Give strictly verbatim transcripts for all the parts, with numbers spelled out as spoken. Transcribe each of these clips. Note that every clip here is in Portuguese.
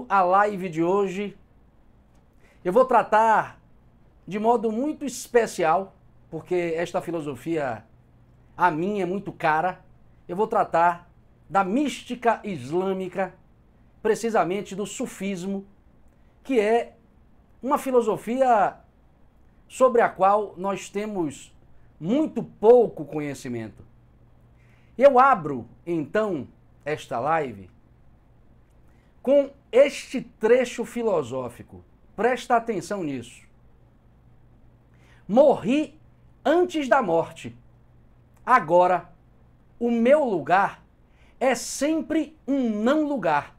a live de hoje, eu vou tratar de modo muito especial, porque esta filosofia, a mim, é muito cara. Eu vou tratar da mística islâmica, precisamente do sufismo, que é uma filosofia sobre a qual nós temos muito pouco conhecimento. Eu abro, então, esta live com este trecho filosófico. Presta atenção nisso. Morri antes da morte. Agora, o meu lugar é sempre um não lugar.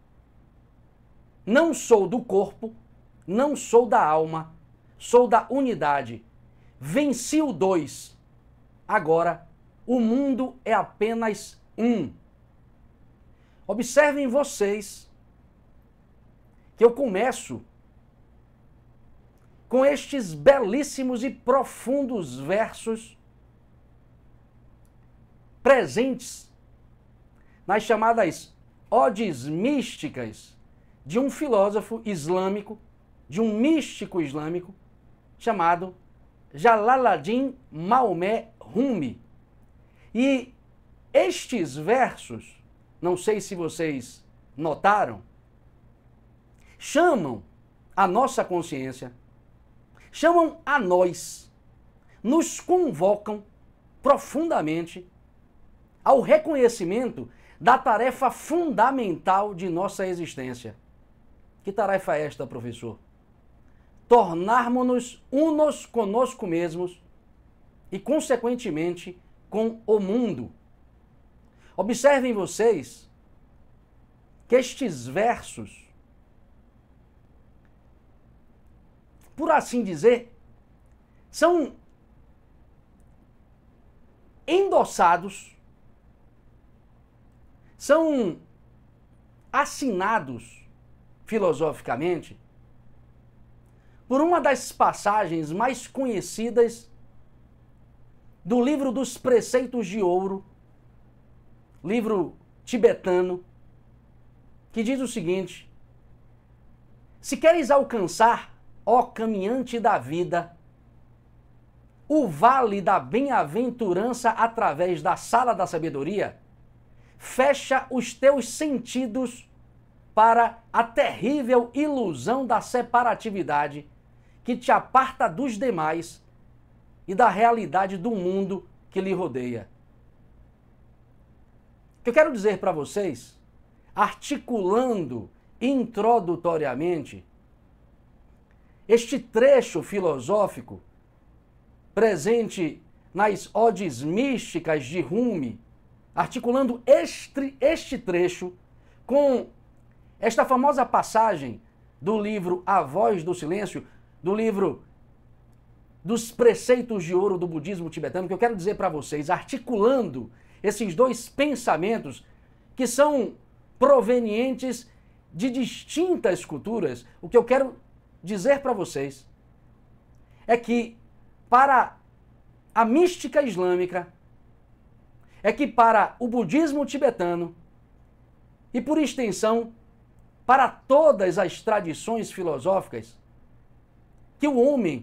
Não sou do corpo, não sou da alma, sou da unidade. Venci o dois. Agora, o mundo é apenas um. Observem vocês que eu começo com estes belíssimos e profundos versos presentes nas chamadas odes místicas de um filósofo islâmico, de um místico islâmico, chamado Jalaladdin Maomé Rumi. E estes versos, não sei se vocês notaram, chamam a nossa consciência, chamam a nós, nos convocam profundamente ao reconhecimento da tarefa fundamental de nossa existência. Que tarefa é esta, professor? Tornarmos-nos unos conosco mesmos e, consequentemente, com o mundo. Observem vocês que estes versos, por assim dizer, são endossados, são assinados filosoficamente por uma das passagens mais conhecidas do livro dos Preceitos de Ouro, livro tibetano, que diz o seguinte: se queres alcançar, ó caminhante da vida, o vale da bem-aventurança através da sala da sabedoria, fecha os teus sentidos para a terrível ilusão da separatividade que te aparta dos demais e da realidade do mundo que lhe rodeia. O que eu quero dizer para vocês, articulando introdutoriamente este trecho filosófico presente nas odes místicas de Rumi, articulando este, este trecho com esta famosa passagem do livro A Voz do Silêncio, do livro dos Preceitos de Ouro do budismo tibetano, que eu quero dizer para vocês, articulando esses dois pensamentos que são provenientes de distintas culturas, o que eu quero dizer para vocês é que para a mística islâmica, é que para o budismo tibetano e, por extensão, para todas as tradições filosóficas, que o homem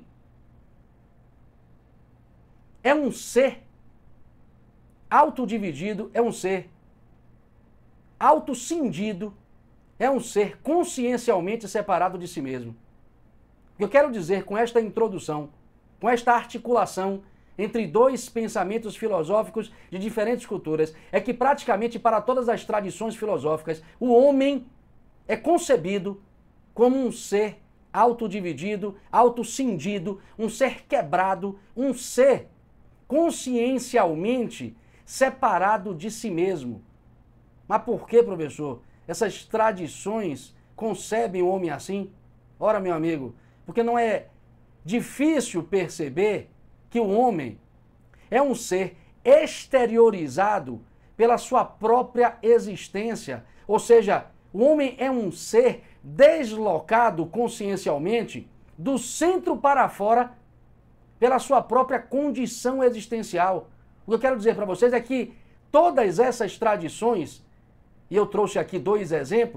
é um ser autodividido, é um ser autocindido, é um ser consciencialmente separado de si mesmo. O que eu quero dizer com esta introdução, com esta articulação entre dois pensamentos filosóficos de diferentes culturas, é que praticamente para todas as tradições filosóficas, o homem é concebido como um ser autodividido, autocindido, um ser quebrado, um ser consciencialmente separado de si mesmo. Mas por que, professor, essas tradições concebem o homem assim? Ora, meu amigo, porque não é difícil perceber que o homem é um ser exteriorizado pela sua própria existência, ou seja, o homem é um ser deslocado consciencialmente do centro para fora pela sua própria condição existencial. O que eu quero dizer para vocês é que todas essas tradições, e eu trouxe aqui dois exemplos,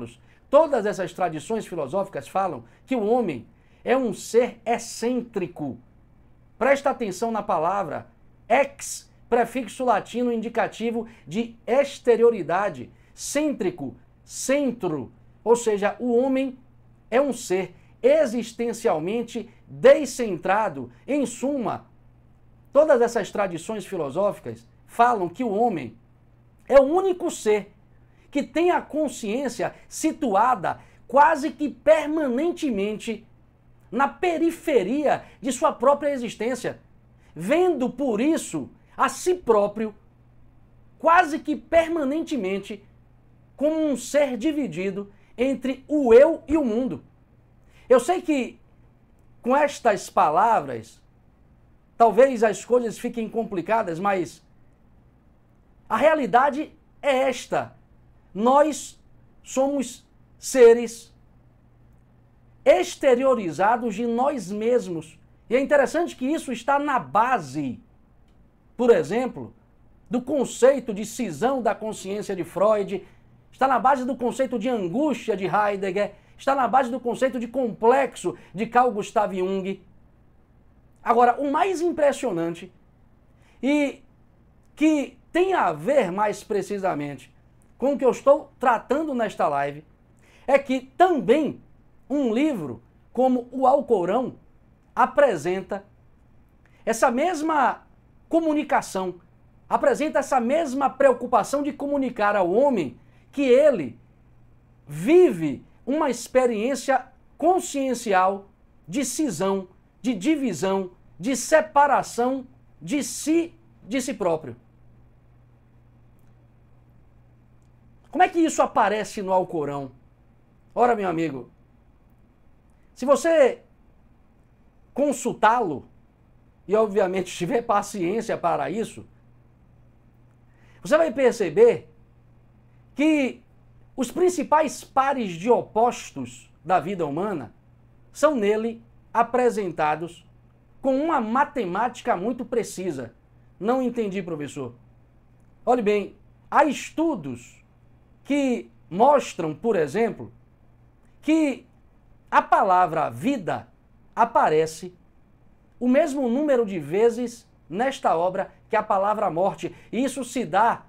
Todas essas tradições filosóficas falam que o homem é um ser excêntrico. Presta atenção na palavra ex, prefixo latino indicativo de exterioridade, cêntrico, centro, ou seja, o homem é um ser existencialmente descentrado. Em suma, todas essas tradições filosóficas falam que o homem é o único ser que tem a consciência situada quase que permanentemente na periferia de sua própria existência, vendo por isso a si próprio quase que permanentemente como um ser dividido entre o eu e o mundo. Eu sei que com estas palavras talvez as coisas fiquem complicadas, mas a realidade é esta. Nós somos seres exteriorizados de nós mesmos. E é interessante que isso está na base, por exemplo, do conceito de cisão da consciência de Freud, está na base do conceito de angústia de Heidegger, está na base do conceito de complexo de Carl Gustav Jung. Agora, o mais impressionante e que tem a ver mais precisamente com o que eu estou tratando nesta live é que também um livro como o Alcorão apresenta essa mesma comunicação, apresenta essa mesma preocupação de comunicar ao homem que ele vive uma experiência consciencial de cisão, de divisão, de separação de si, de si próprio. Como é que isso aparece no Alcorão? Ora, meu amigo, se você consultá-lo, e obviamente tiver paciência para isso, você vai perceber que os principais pares de opostos da vida humana são nele apresentados com uma matemática muito precisa. Não entendi, professor. Olhe bem, há estudos que mostram, por exemplo, que a palavra vida aparece o mesmo número de vezes nesta obra que a palavra morte. E isso se dá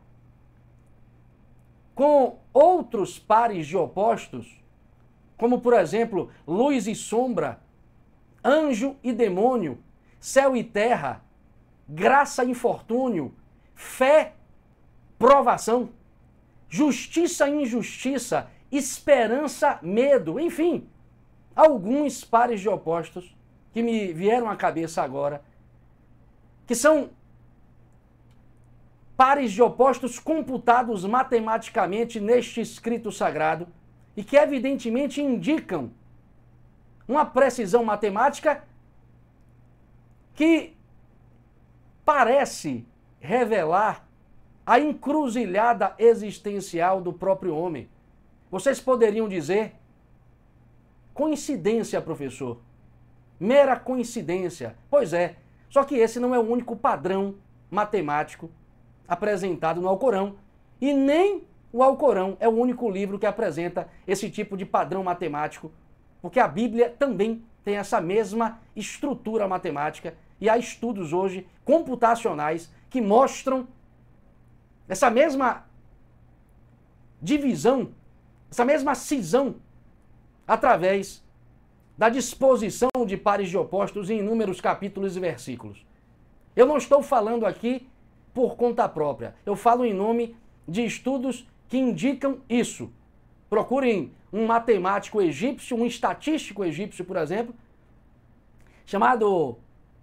com outros pares de opostos, como, por exemplo, luz e sombra, anjo e demônio, céu e terra, graça e infortúnio, fé, provação, justiça e injustiça, esperança, medo, enfim, alguns pares de opostos que me vieram à cabeça agora, que são pares de opostos computados matematicamente neste escrito sagrado e que evidentemente indicam uma precisão matemática que parece revelar a encruzilhada existencial do próprio homem. Vocês poderiam dizer coincidência, professor. Mera coincidência. Pois é, só que esse não é o único padrão matemático apresentado no Alcorão e nem o Alcorão é o único livro que apresenta esse tipo de padrão matemático, porque a Bíblia também tem essa mesma estrutura matemática e há estudos hoje computacionais que mostram essa mesma divisão, essa mesma cisão através da disposição de pares de opostos em inúmeros capítulos e versículos. Eu não estou falando aqui por conta própria, eu falo em nome de estudos que indicam isso. Procurem um matemático egípcio, um estatístico egípcio, por exemplo, chamado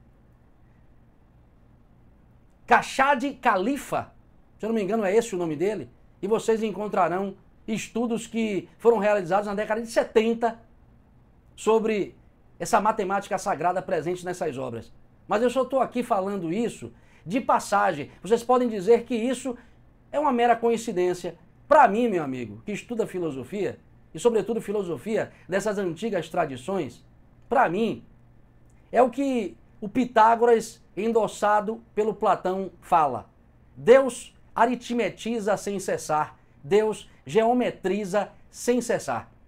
Kashad Khalifa, se eu não me engano é esse o nome dele, e vocês encontrarão estudos que foram realizados na década de setenta sobre essa matemática sagrada presente nessas obras. Mas eu só estou aqui falando isso de passagem. Vocês podem dizer que isso é uma mera coincidência. Para mim, meu amigo, que estuda filosofia, e sobretudo filosofia dessas antigas tradições, para mim, é o que o Pitágoras, endossado pelo Platão, fala. Deus aritmetiza sem cessar. Deus geometriza sem cessar.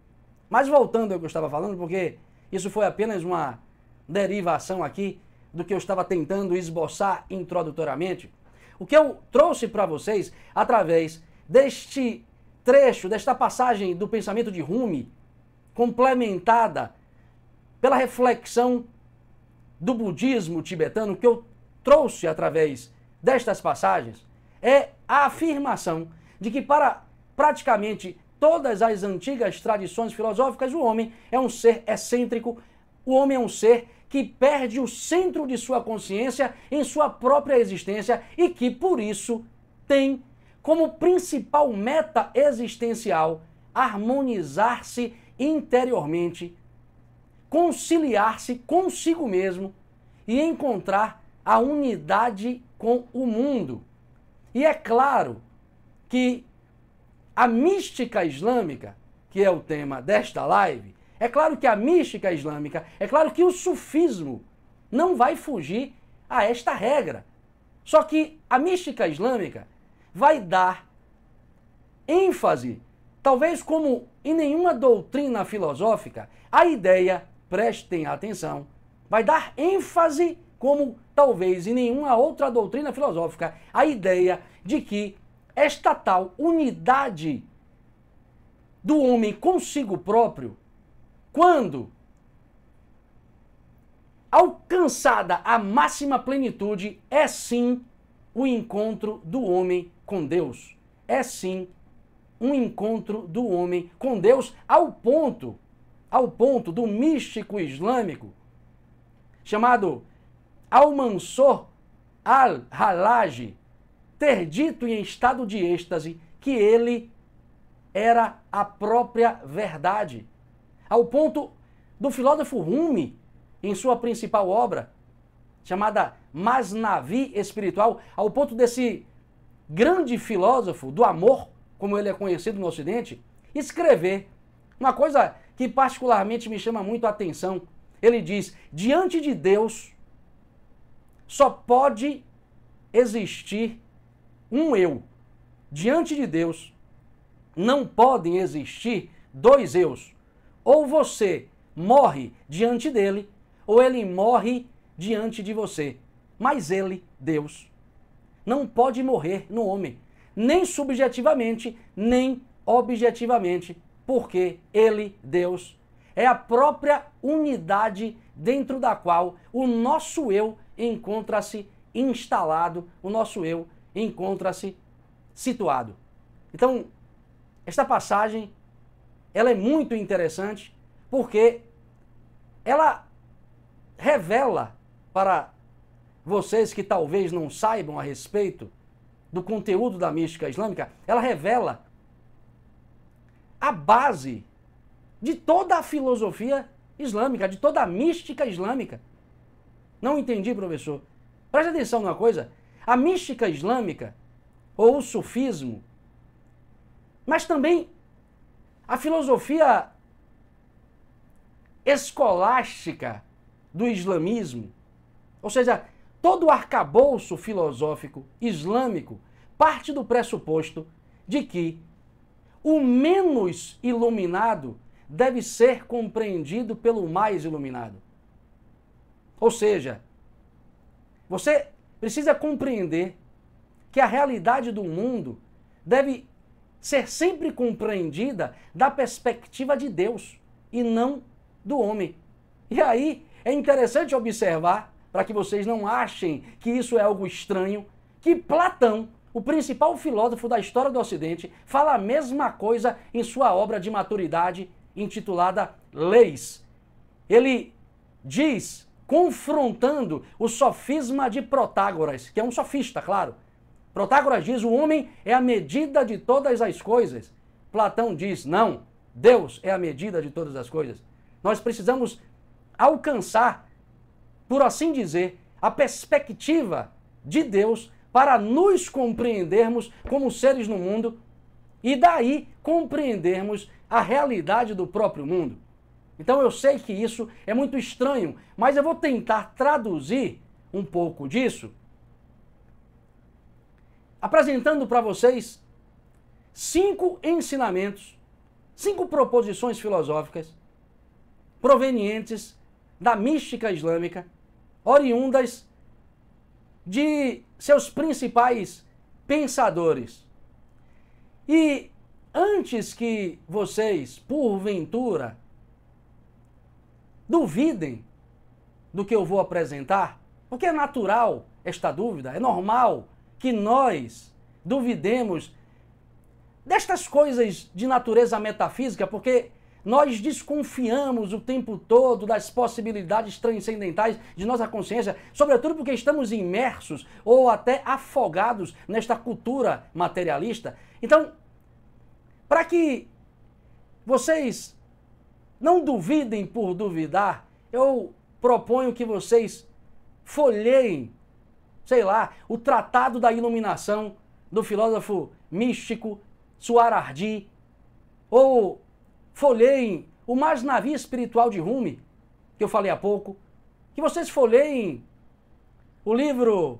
Mas voltando ao que eu estava falando, porque isso foi apenas uma derivação aqui do que eu estava tentando esboçar introdutoriamente, o que eu trouxe para vocês através deste trecho, desta passagem do pensamento de Rumi, complementada pela reflexão do budismo tibetano, que eu trouxe através destas passagens, é a afirmação de que para praticamente todas as antigas tradições filosóficas, o homem é um ser excêntrico, o homem é um ser que perde o centro de sua consciência em sua própria existência e que, por isso, tem como principal meta existencial harmonizar-se interiormente, conciliar-se consigo mesmo e encontrar a unidade com o mundo. E é claro que a mística islâmica, que é o tema desta live, é claro que a mística islâmica, é claro que o sufismo não vai fugir a esta regra. Só que a mística islâmica vai dar ênfase, talvez como em nenhuma doutrina filosófica, a ideia, prestem atenção, vai dar ênfase como talvez em nenhuma outra doutrina filosófica, a ideia de que esta tal unidade do homem consigo próprio, quando alcançada a máxima plenitude, é sim o encontro do homem com Deus. É sim um encontro do homem com Deus ao ponto, ao ponto do místico islâmico chamado Al-Mansur al-Halaji ter dito em estado de êxtase que ele era a própria verdade. Ao ponto do filósofo Rumi, em sua principal obra, chamada Masnavi Espiritual, ao ponto desse grande filósofo do amor, como ele é conhecido no Ocidente, escrever uma coisa que particularmente me chama muito a atenção. Ele diz: diante de Deus só pode existir um eu. Diante de Deus não podem existir dois eus. Ou você morre diante dele, ou ele morre diante de você. Mas ele, Deus, não pode morrer no homem, nem subjetivamente, nem objetivamente, porque ele, Deus, é a própria unidade dentro da qual o nosso eu encontra-se instalado, o nosso eu encontra-se situado. Então, esta passagem, ela é muito interessante porque ela revela para vocês que talvez não saibam a respeito do conteúdo da mística islâmica, ela revela a base de toda a filosofia islâmica, de toda a mística islâmica. Não entendi, professor. Preste atenção numa coisa. A mística islâmica, ou o sufismo, mas também a filosofia escolástica do islamismo, ou seja, todo o arcabouço filosófico islâmico parte do pressuposto de que o menos iluminado deve ser compreendido pelo mais iluminado. Ou seja, você precisa compreender que a realidade do mundo deve ser sempre compreendida da perspectiva de Deus e não do homem. E aí é interessante observar, para que vocês não achem que isso é algo estranho, que Platão, o principal filósofo da história do Ocidente, fala a mesma coisa em sua obra de maturidade intitulada Leis. Ele diz, confrontando o sofisma de Protágoras, que é um sofista, claro. Protágoras diz: o homem é a medida de todas as coisas. Platão diz: não, Deus é a medida de todas as coisas. Nós precisamos alcançar, por assim dizer, a perspectiva de Deus para nos compreendermos como seres no mundo e daí compreendermos a realidade do próprio mundo. Então eu sei que isso é muito estranho, mas eu vou tentar traduzir um pouco disso, apresentando para vocês cinco ensinamentos, cinco proposições filosóficas provenientes da mística islâmica, oriundas de seus principais pensadores. E antes que vocês, porventura, duvidem do que eu vou apresentar, porque é natural esta dúvida, é normal que nós duvidemos destas coisas de natureza metafísica, porque nós desconfiamos o tempo todo das possibilidades transcendentais de nossa consciência, sobretudo porque estamos imersos ou até afogados nesta cultura materialista. Então, para que vocês não duvidem por duvidar, eu proponho que vocês folheiem, sei lá, o Tratado da Iluminação do filósofo místico Suarardi, ou folheiem o Masnavi Espiritual de Rumi, que eu falei há pouco, que vocês folheiem o livro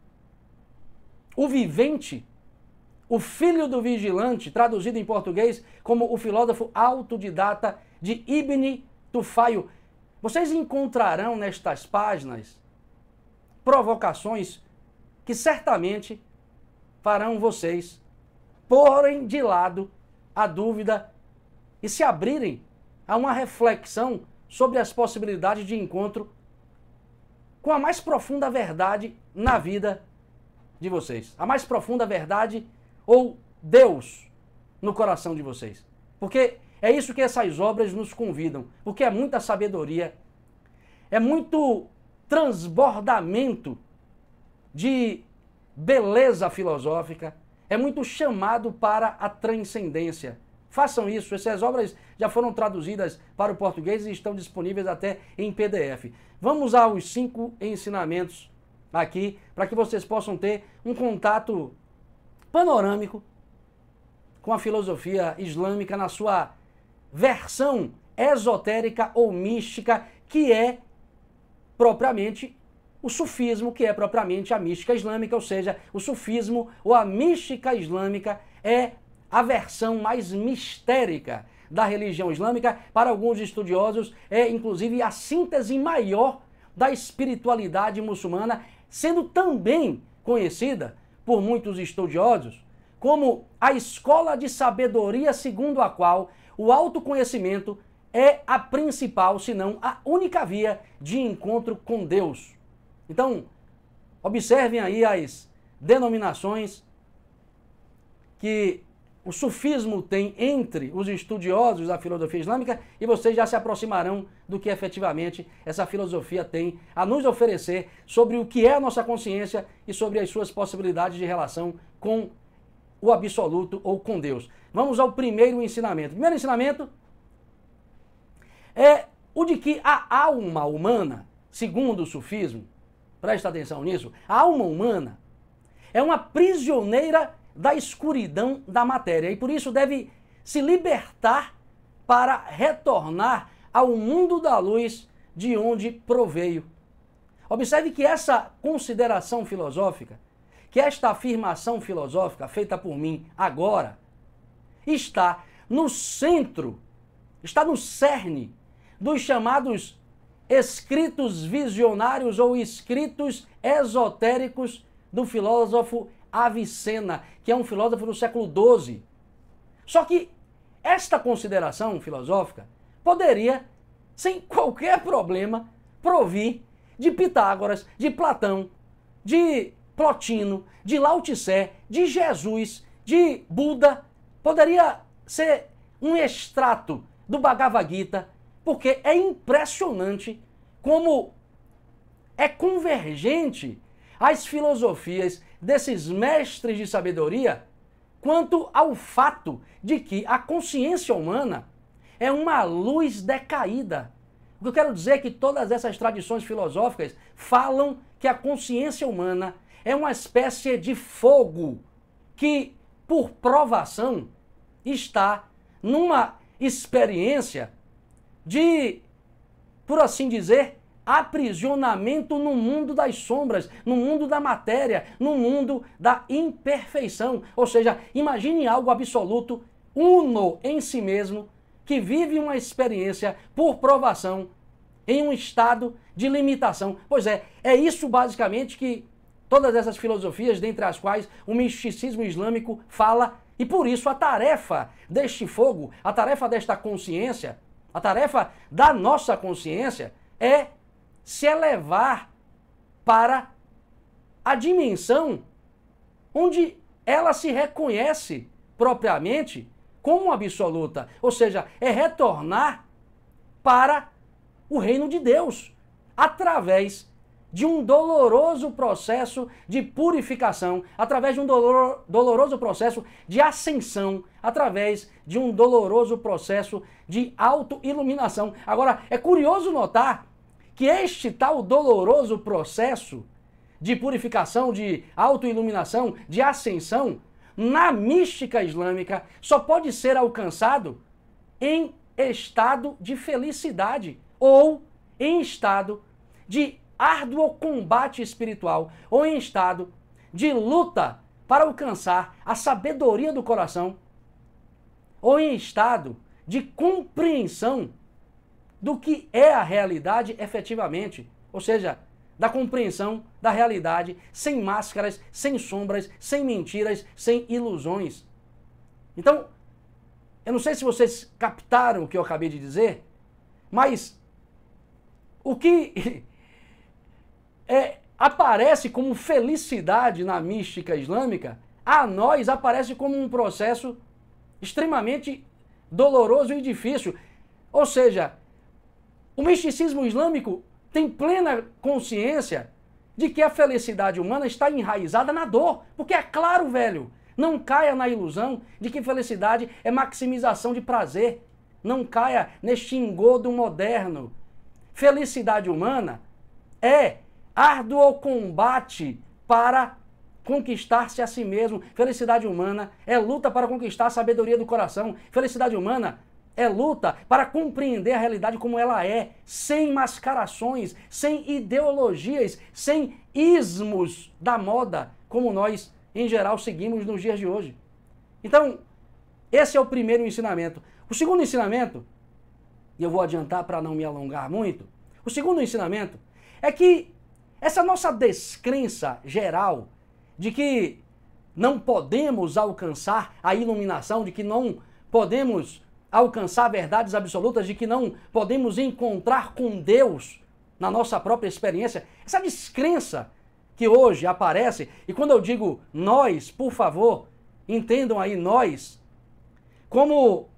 O Vivente, O Filho do Vigilante, traduzido em português como O Filósofo Autodidata de Ibn Tufail. Vocês encontrarão nestas páginas provocações que certamente farão vocês porem de lado a dúvida e se abrirem a uma reflexão sobre as possibilidades de encontro com a mais profunda verdade na vida de vocês. A mais profunda verdade ou Deus no coração de vocês. Porque é isso que essas obras nos convidam. Porque é muita sabedoria, é muito transbordamento de beleza filosófica, é muito chamado para a transcendência. Façam isso, essas obras já foram traduzidas para o português e estão disponíveis até em P D F. Vamos aos cinco ensinamentos aqui, para que vocês possam ter um contato panorâmico com a filosofia islâmica na sua versão esotérica ou mística, que é propriamente o sufismo, que é propriamente a mística islâmica, ou seja, o sufismo ou a mística islâmica é a versão mais mistérica da religião islâmica. Para alguns estudiosos, é inclusive a síntese maior da espiritualidade muçulmana, sendo também conhecida por muitos estudiosos como a escola de sabedoria segundo a qual o autoconhecimento é a principal, se não a única via de encontro com Deus. Então, observem aí as denominações que o sufismo tem entre os estudiosos da filosofia islâmica e vocês já se aproximarão do que efetivamente essa filosofia tem a nos oferecer sobre o que é a nossa consciência e sobre as suas possibilidades de relação com o absoluto ou com Deus. Vamos ao primeiro ensinamento. O primeiro ensinamento é o de que a alma humana, segundo o sufismo, presta atenção nisso, a alma humana é uma prisioneira da escuridão da matéria e por isso deve se libertar para retornar ao mundo da luz de onde proveio. Observe que essa consideração filosófica, que esta afirmação filosófica feita por mim agora, está no centro, está no cerne dos chamados escritos visionários ou escritos esotéricos do filósofo Avicena, que é um filósofo do século doze. Só que esta consideração filosófica poderia, sem qualquer problema, provir de Pitágoras, de Platão, de Plotino, de Lao Tse, de Jesus, de Buda. Poderia ser um extrato do Bhagavad Gita, porque é impressionante como é convergente as filosofias desses mestres de sabedoria quanto ao fato de que a consciência humana é uma luz decaída. O que eu quero dizer é que todas essas tradições filosóficas falam que a consciência humana é uma espécie de fogo que, por provação, está numa experiência de, por assim dizer, aprisionamento no mundo das sombras, no mundo da matéria, no mundo da imperfeição. Ou seja, imagine algo absoluto, uno em si mesmo, que vive uma experiência por provação em um estado de limitação. Pois é, é isso basicamente que todas essas filosofias, dentre as quais o misticismo islâmico fala, e por isso a tarefa deste fogo, a tarefa desta consciência, a tarefa da nossa consciência é se elevar para a dimensão onde ela se reconhece propriamente como absoluta, ou seja, é retornar para o reino de Deus, através de um doloroso processo de purificação, através de um dolor, doloroso processo de ascensão, através de um doloroso processo de autoiluminação. Agora, é curioso notar que este tal doloroso processo de purificação, de autoiluminação, de ascensão, na mística islâmica, só pode ser alcançado em estado de felicidade ou em estado de árduo combate espiritual ou em estado de luta para alcançar a sabedoria do coração ou em estado de compreensão do que é a realidade efetivamente, ou seja, da compreensão da realidade sem máscaras, sem sombras, sem mentiras, sem ilusões. Então, eu não sei se vocês captaram o que eu acabei de dizer, mas o que é, aparece como felicidade na mística islâmica, a nós aparece como um processo extremamente doloroso e difícil. Ou seja, o misticismo islâmico tem plena consciência de que a felicidade humana está enraizada na dor. Porque é claro, velho, não caia na ilusão de que felicidade é maximização de prazer. Não caia neste engodo moderno. Felicidade humana é árduo combate para conquistar-se a si mesmo. Felicidade humana é luta para conquistar a sabedoria do coração. Felicidade humana é luta para compreender a realidade como ela é, sem mascarações, sem ideologias, sem ismos da moda, como nós, em geral, seguimos nos dias de hoje. Então, esse é o primeiro ensinamento. O segundo ensinamento, e eu vou adiantar para não me alongar muito, o segundo ensinamento é que essa nossa descrença geral de que não podemos alcançar a iluminação, de que não podemos alcançar verdades absolutas, de que não podemos encontrar com Deus na nossa própria experiência, essa descrença que hoje aparece, e quando eu digo nós, por favor, entendam aí nós, como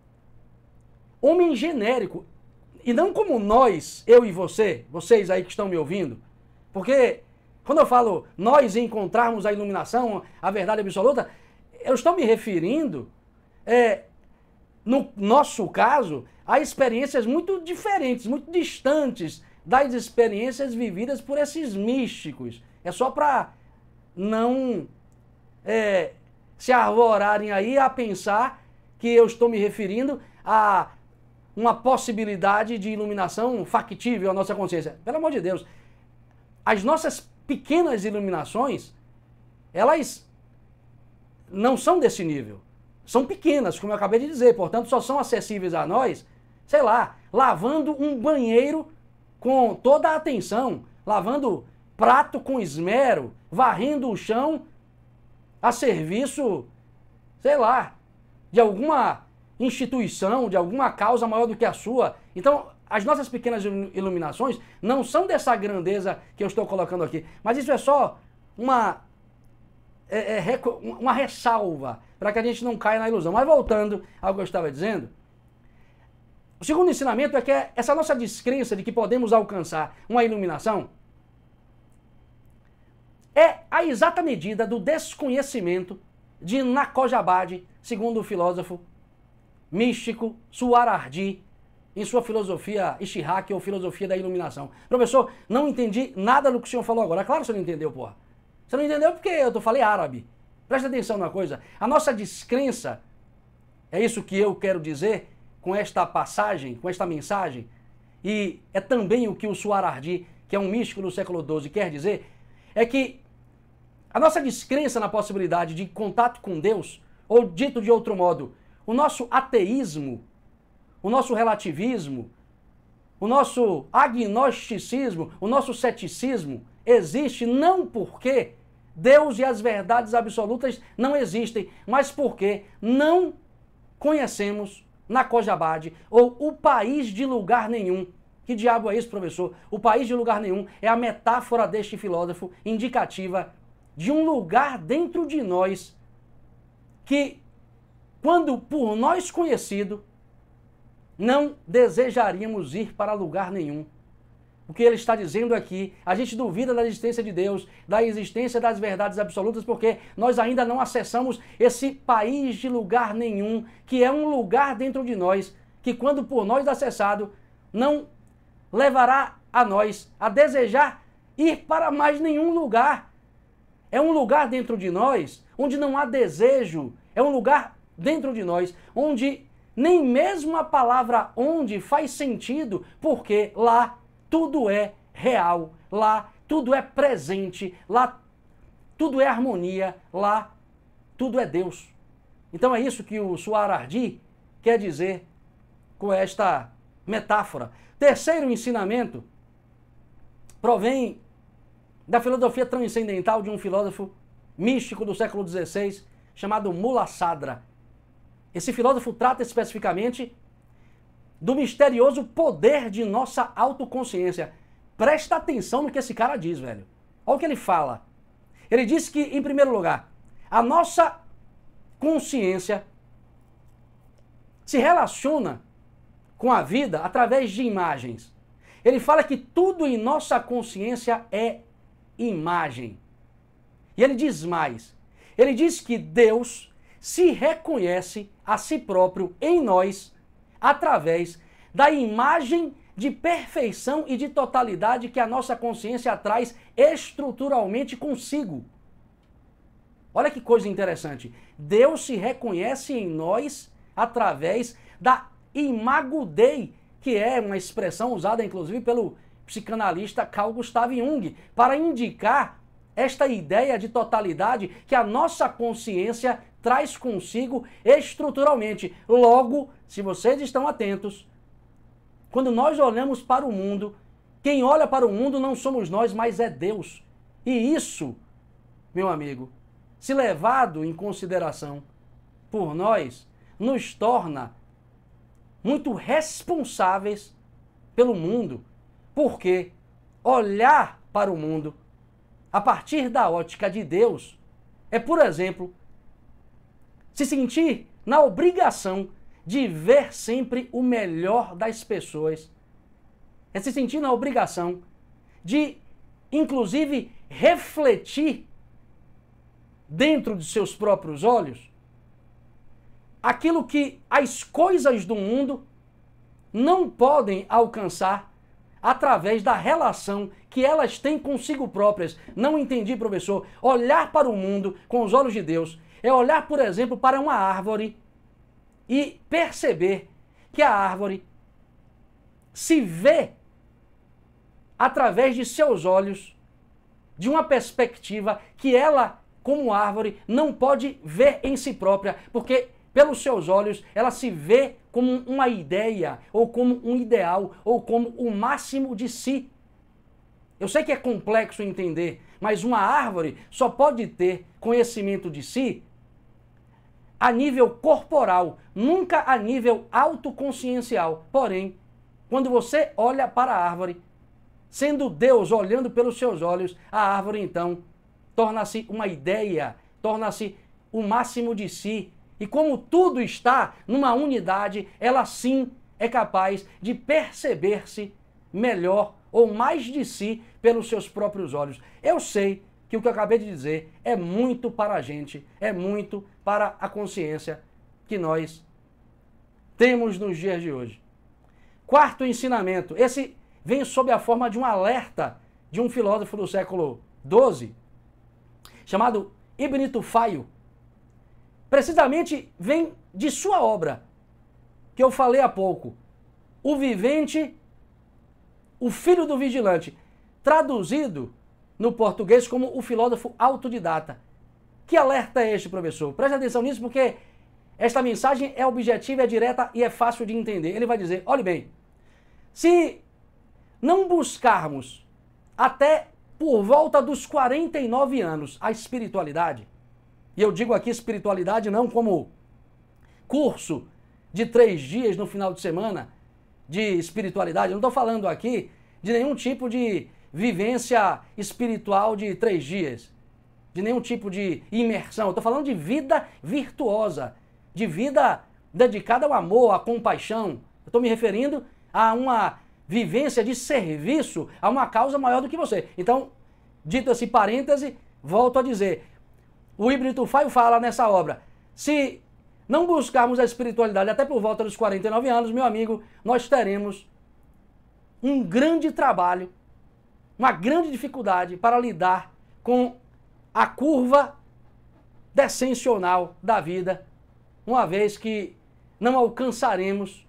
homem genérico, e não como nós, eu e você, vocês aí que estão me ouvindo, porque quando eu falo nós encontrarmos a iluminação, a verdade absoluta, eu estou me referindo, é, no nosso caso, a experiências muito diferentes, muito distantes das experiências vividas por esses místicos. É só para não é, se arvorarem aí a pensar que eu estou me referindo a uma possibilidade de iluminação factível à nossa consciência. Pelo amor de Deus, as nossas pequenas iluminações, elas não são desse nível. São pequenas, como eu acabei de dizer, portanto só são acessíveis a nós, sei lá, lavando um banheiro com toda a atenção, lavando prato com esmero, varrendo o chão a serviço, sei lá, de alguma instituição, de alguma causa maior do que a sua. Então, as nossas pequenas iluminações não são dessa grandeza que eu estou colocando aqui, mas isso é só uma, é, é, uma ressalva para que a gente não caia na ilusão. Mas voltando ao que eu estava dizendo, o segundo ensinamento é que essa nossa descrença de que podemos alcançar uma iluminação é a exata medida do desconhecimento de Nakojabad, segundo o filósofo místico Suarardi, em sua filosofia Ishihaki, ou filosofia da iluminação. Professor, não entendi nada do que o senhor falou agora. Claro que você não entendeu, porra. Você não entendeu porque eu falei árabe. Presta atenção numa coisa. A nossa descrença, é isso que eu quero dizer com esta passagem, com esta mensagem, e é também o que o Suarardi, que é um místico do século doze, quer dizer, é que a nossa descrença na possibilidade de contato com Deus, ou dito de outro modo, o nosso ateísmo, o nosso relativismo, o nosso agnosticismo, o nosso ceticismo existe não porque Deus e as verdades absolutas não existem, mas porque não conhecemos Nacojabade, ou o país de lugar nenhum. Que diabo é isso, professor? O país de lugar nenhum é a metáfora deste filósofo indicativa de um lugar dentro de nós que, quando por nós conhecido, não desejaríamos ir para lugar nenhum. O que ele está dizendo aqui, a gente duvida da existência de Deus, da existência das verdades absolutas, porque nós ainda não acessamos esse país de lugar nenhum, que é um lugar dentro de nós, que quando por nós acessado, não levará a nós a desejar ir para mais nenhum lugar. É um lugar dentro de nós onde não há desejo, é um lugar dentro de nós onde nem mesmo a palavra onde faz sentido, porque lá tudo é real, lá tudo é presente, lá tudo é harmonia, lá tudo é Deus. Então é isso que o Suarardi quer dizer com esta metáfora. Terceiro ensinamento provém da filosofia transcendental de um filósofo místico do século dezesseis chamado Mula Sadra. Esse filósofo trata especificamente do misterioso poder de nossa autoconsciência. Presta atenção no que esse cara diz, velho. Olha o que ele fala. Ele diz que, em primeiro lugar, a nossa consciência se relaciona com a vida através de imagens. Ele fala que tudo em nossa consciência é imagem. E ele diz mais. Ele diz que Deus se reconhece a si próprio em nós através da imagem de perfeição e de totalidade que a nossa consciência traz estruturalmente consigo. Olha que coisa interessante. Deus se reconhece em nós através da imago Dei, que é uma expressão usada inclusive pelo psicanalista Carl Gustav Jung, para indicar esta ideia de totalidade que a nossa consciência traz consigo estruturalmente. Logo, se vocês estão atentos, quando nós olhamos para o mundo, quem olha para o mundo não somos nós, mas é Deus. E isso, meu amigo, se levado em consideração por nós, nos torna muito responsáveis pelo mundo, porque olhar para o mundo a partir da ótica de Deus é, por exemplo, se sentir na obrigação de ver sempre o melhor das pessoas. É se sentir na obrigação de, inclusive, refletir dentro de seus próprios olhos aquilo que as coisas do mundo não podem alcançar através da relação que elas têm consigo próprias. Não entendi, professor. Olhar para o mundo com os olhos de Deus é olhar, por exemplo, para uma árvore e perceber que a árvore se vê através de seus olhos, de uma perspectiva que ela, como árvore, não pode ver em si própria, porque pelos seus olhos ela se vê como uma ideia, ou como um ideal, ou como o máximo de si. Eu sei que é complexo entender, mas uma árvore só pode ter conhecimento de si a nível corporal, nunca a nível autoconsciencial. Porém, quando você olha para a árvore, sendo Deus olhando pelos seus olhos, a árvore então torna-se uma ideia, torna-se o máximo de si. E como tudo está numa unidade, ela sim é capaz de perceber-se melhor ou mais de si pelos seus próprios olhos. Eu sei que o que eu acabei de dizer é muito para a gente, é muito para a consciência que nós temos nos dias de hoje. Quarto ensinamento, esse vem sob a forma de um alerta de um filósofo do século doze, chamado Ibn Tufail. Precisamente vem de sua obra, que eu falei há pouco, O Vivente, o Filho do Vigilante, traduzido no português como o filósofo autodidata. Que alerta é este, professor? Preste atenção nisso, porque esta mensagem é objetiva, é direta e é fácil de entender. Ele vai dizer, olhe bem, se não buscarmos até por volta dos quarenta e nove anos a espiritualidade, e eu digo aqui espiritualidade não como curso de três dias no final de semana de espiritualidade, eu não estou falando aqui de nenhum tipo de vivência espiritual de três dias, de nenhum tipo de imersão, eu estou falando de vida virtuosa, de vida dedicada ao amor, à compaixão. Eu estou me referindo a uma vivência de serviço a uma causa maior do que você. Então, dito esse parêntese, volto a dizer, o Híbrido Tufai fala nessa obra, se não buscarmos a espiritualidade até por volta dos quarenta e nove anos, meu amigo, nós teremos um grande trabalho, uma grande dificuldade para lidar com a curva descensional da vida, uma vez que não alcançaremos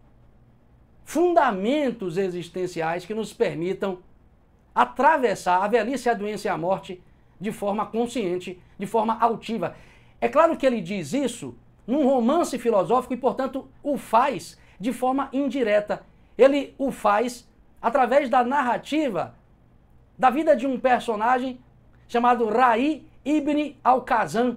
fundamentos existenciais que nos permitam atravessar a velhice, a doença e a morte de forma consciente, de forma altiva. É claro que ele diz isso num romance filosófico e, portanto, o faz de forma indireta. Ele o faz através da narrativa da vida de um personagem chamado Ra'i ibn al-Kazan,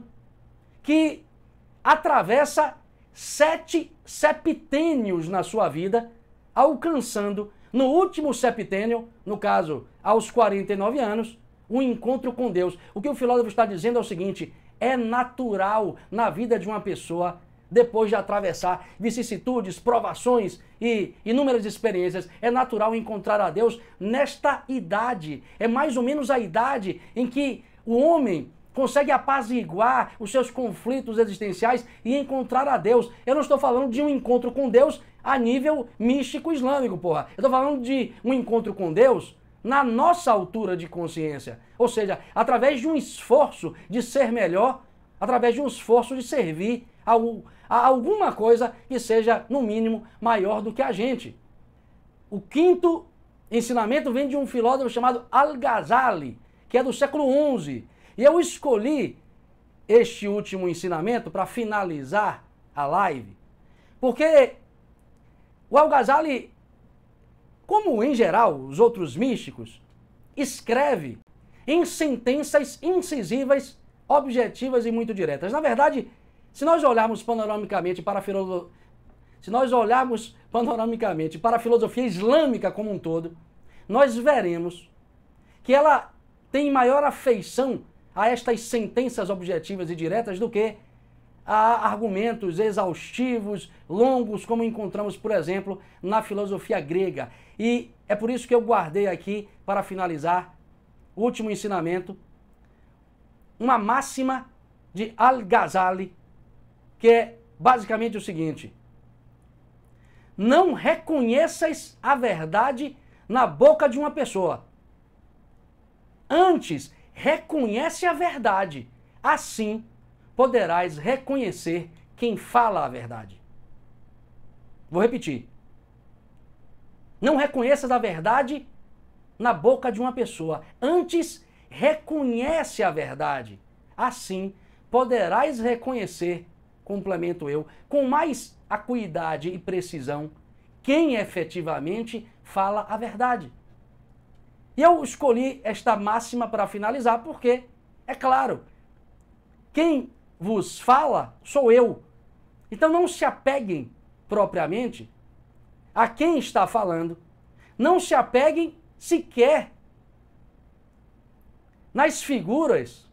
que atravessa sete septênios na sua vida, alcançando no último septênio, no caso, aos quarenta e nove anos, um encontro com Deus. O que o filósofo está dizendo é o seguinte, é natural na vida de uma pessoa, depois de atravessar vicissitudes, provações e inúmeras experiências, é natural encontrar a Deus nesta idade. É mais ou menos a idade em que o homem consegue apaziguar os seus conflitos existenciais e encontrar a Deus. Eu não estou falando de um encontro com Deus a nível místico islâmico, porra. Eu estou falando de um encontro com Deus na nossa altura de consciência. Ou seja, através de um esforço de ser melhor, através de um esforço de servir a, a alguma coisa que seja, no mínimo, maior do que a gente. O quinto ensinamento vem de um filósofo chamado Al-Ghazali, que é do século onze. E eu escolhi este último ensinamento para finalizar a live, porque o Al-Ghazali, como em geral os outros místicos, escreve em sentenças incisivas, objetivas e muito diretas. Na verdade, se nós olharmos panoramicamente para a filosofia, se nós olharmos panoramicamente para a filosofia islâmica como um todo, nós veremos que ela tem maior afeição a estas sentenças objetivas e diretas do que a argumentos exaustivos, longos, como encontramos, por exemplo, na filosofia grega. E é por isso que eu guardei aqui, para finalizar, o último ensinamento, uma máxima de Al-Ghazali, que é basicamente o seguinte: não reconheças a verdade na boca de uma pessoa. Antes, reconhece a verdade. Assim, poderás reconhecer quem fala a verdade. Vou repetir. Não reconheças a verdade na boca de uma pessoa. Antes, reconhece a verdade. Assim, poderás reconhecer, complemento eu, com mais acuidade e precisão, quem efetivamente fala a verdade. E eu escolhi esta máxima para finalizar porque, é claro, quem vos fala sou eu. Então não se apeguem propriamente a quem está falando. Não se apeguem sequer nas figuras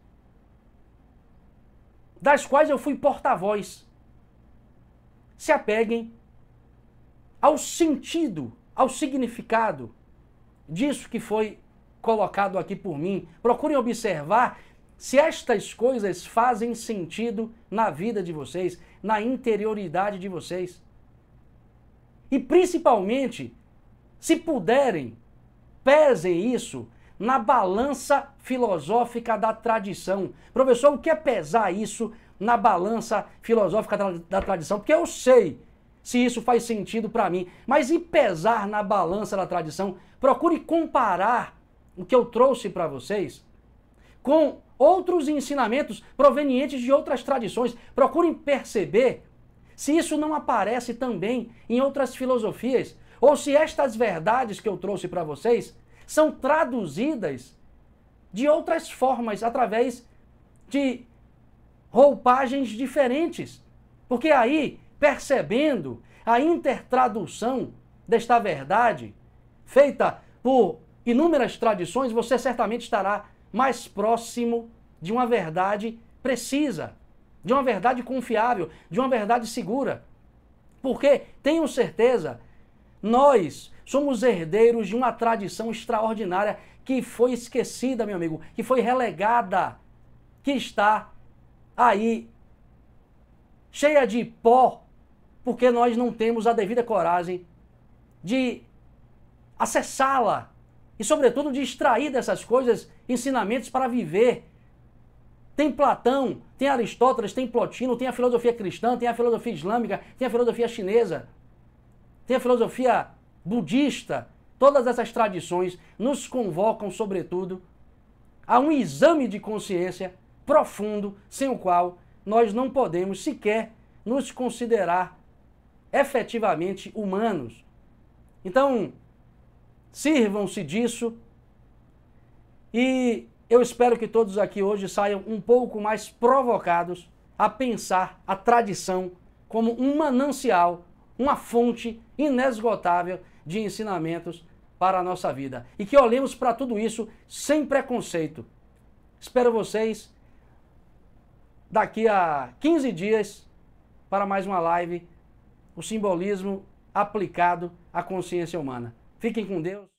das quais eu fui porta-voz. Se apeguem ao sentido, ao significado disso que foi colocado aqui por mim. Procurem observar se estas coisas fazem sentido na vida de vocês, na interioridade de vocês. E principalmente, se puderem, pesem isso na balança filosófica da tradição. Professor, o que é pesar isso na balança filosófica da, da tradição? Porque eu sei se isso faz sentido para mim. Mas e pesar na balança da tradição? Procure comparar o que eu trouxe para vocês com outros ensinamentos provenientes de outras tradições. Procurem perceber se isso não aparece também em outras filosofias, ou se estas verdades que eu trouxe para vocês são traduzidas de outras formas, através de roupagens diferentes. Porque aí, percebendo a intertradução desta verdade, feita por inúmeras tradições, você certamente estará mais próximo de uma verdade precisa, de uma verdade confiável, de uma verdade segura. Porque, tenho certeza, nós somos herdeiros de uma tradição extraordinária que foi esquecida, meu amigo, que foi relegada, que está aí cheia de pó, porque nós não temos a devida coragem de acessá-la e, sobretudo, de extrair dessas coisas ensinamentos para viver. Tem Platão, tem Aristóteles, tem Plotino, tem a filosofia cristã, tem a filosofia islâmica, tem a filosofia chinesa, tem a filosofia budista. Todas essas tradições nos convocam, sobretudo, a um exame de consciência profundo, sem o qual nós não podemos sequer nos considerar efetivamente humanos. Então, sirvam-se disso e eu espero que todos aqui hoje saiam um pouco mais provocados a pensar a tradição como um manancial, uma fonte inesgotável de ensinamentos para a nossa vida. E que olhemos para tudo isso sem preconceito. Espero vocês daqui a quinze dias para mais uma live, o simbolismo aplicado à consciência humana. Fiquem com Deus.